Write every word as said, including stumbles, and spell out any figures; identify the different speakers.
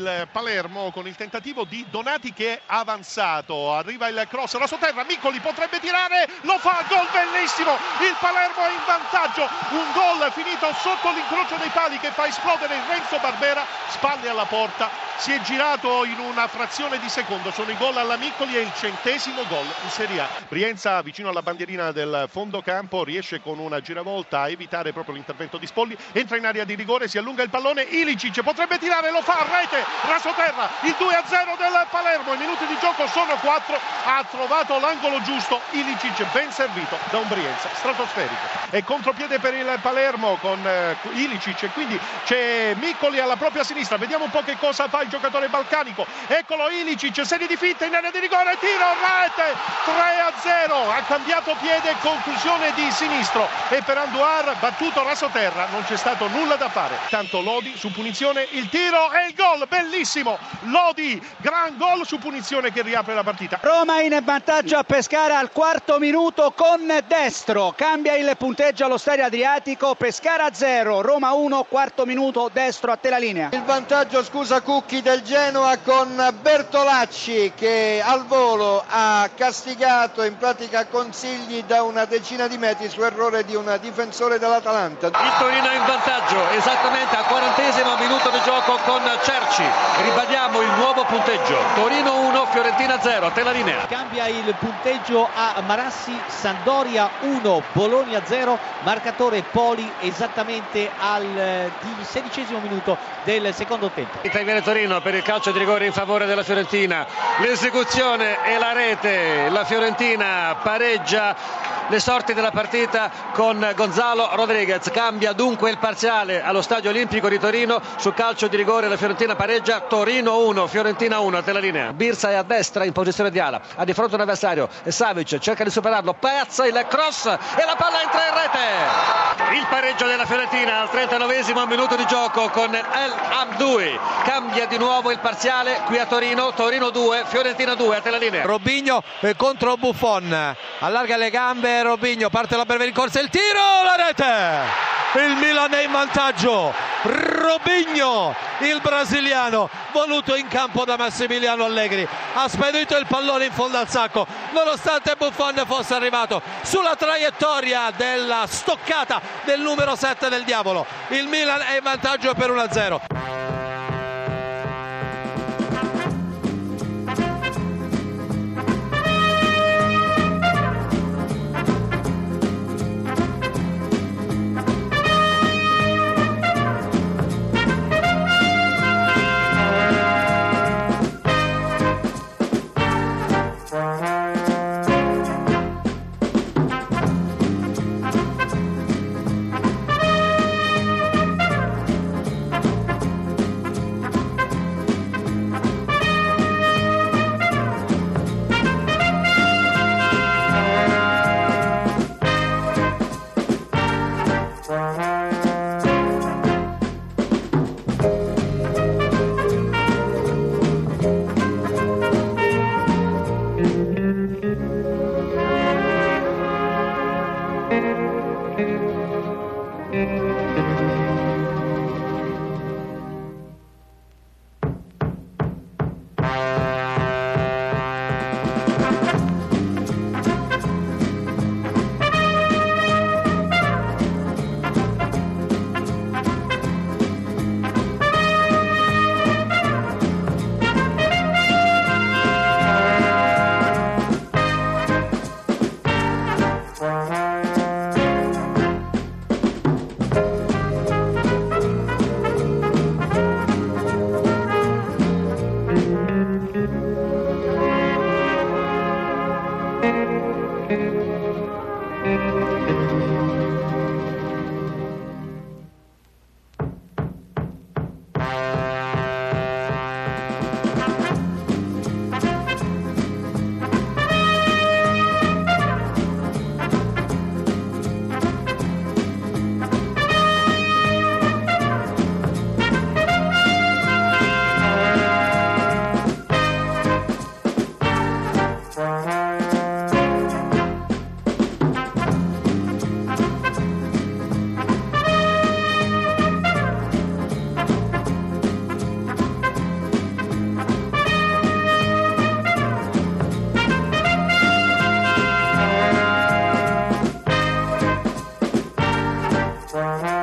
Speaker 1: il Palermo con il tentativo di Donati che è avanzato. Arriva il cross, Rasoterra, Miccoli potrebbe tirare, lo fa, gol bellissimo, il Palermo è in vantaggio, un gol finito sotto l'incrocio dei pali che fa esplodere il Renzo Barbera, spalle alla porta, si è girato in una frazione di secondo. Sono i gol alla Miccoli e il centesimo gol in Serie A. Brienza vicino alla bandierina del fondo campo riesce con una giravolta a evitare proprio l'intervento di Spolli, entra in area di rigore, si allunga il pallone, Ilicic potrebbe tirare, lo fa, rete, Rasoterra, il due a zero del Palermo, i minuti di gioco sono quattro, ha trovato l'angolo giusto, Ilicic ben servito da un Brienza stratosferico. E contropiede per il Palermo con eh, Ilicic, e quindi c'è Miccoli alla propria sinistra, vediamo un po' che cosa fa il giocatore balcanico, eccolo Ilicic, serie di finte in area di rigore, tiro, rete, tre a zero, ha cambiato piede, conclusione di sinistro, e per Anduar battuto Rasoterra, non c'è stato nulla da fare, tanto Lodi su punizione, il tiro e il gol, bellissimo, Lodi, gran gol su punizione che riapre la partita.
Speaker 2: Roma in vantaggio a Pescara al quarto minuto con Destro, cambia il punteggio allo Stadio Adriatico, Pescara zero, Roma uno, quarto minuto, Destro, a te la linea.
Speaker 3: Il vantaggio, scusa Cucchi, del Genoa con Bertolacci che al volo ha castigato in pratica consigli da una decina di metri su errore di un difensore dell'Atalanta.
Speaker 4: Il Torino è in vantaggio esattamente al quarantesimo minuto di gioco con Cerci. Ribadiamo il nuovo punteggio: Torino uno, Fiorentina zero. A te la linea.
Speaker 5: Cambia il punteggio a Marassi, Sampdoria uno, Bologna zero, marcatore Poli esattamente al sedicesimo minuto del secondo tempo.
Speaker 4: Interviene Torino per il calcio di rigore in favore della Fiorentina, l'esecuzione e la rete, la Fiorentina pareggia le sorti della partita con Gonzalo Rodriguez. Cambia dunque il parziale allo Stadio Olimpico di Torino, su calcio di rigore la Fiorentina pareggia, Torino uno, Fiorentina uno. A te la linea. Birsa è a destra in posizione di ala, ha di fronte un avversario e Savic cerca di superarlo, pazza il cross e la palla entra in rete. Il pareggio della Fiorentina al trentanovesimo minuto di gioco con El Amdoui. Cambia di nuovo il parziale qui a Torino, Torino due, Fiorentina due. A te la linea.
Speaker 6: Robinho contro Buffon, allarga le gambe Robinho, parte la breve rincorsa, il tiro, la rete, il Milan è in vantaggio, Robinho, il brasiliano voluto in campo da Massimiliano Allegri, ha spedito il pallone in fondo al sacco nonostante Buffon fosse arrivato sulla traiettoria della stoccata del numero sette del Diavolo. Il Milan è in vantaggio per uno a zero.
Speaker 3: Thank you.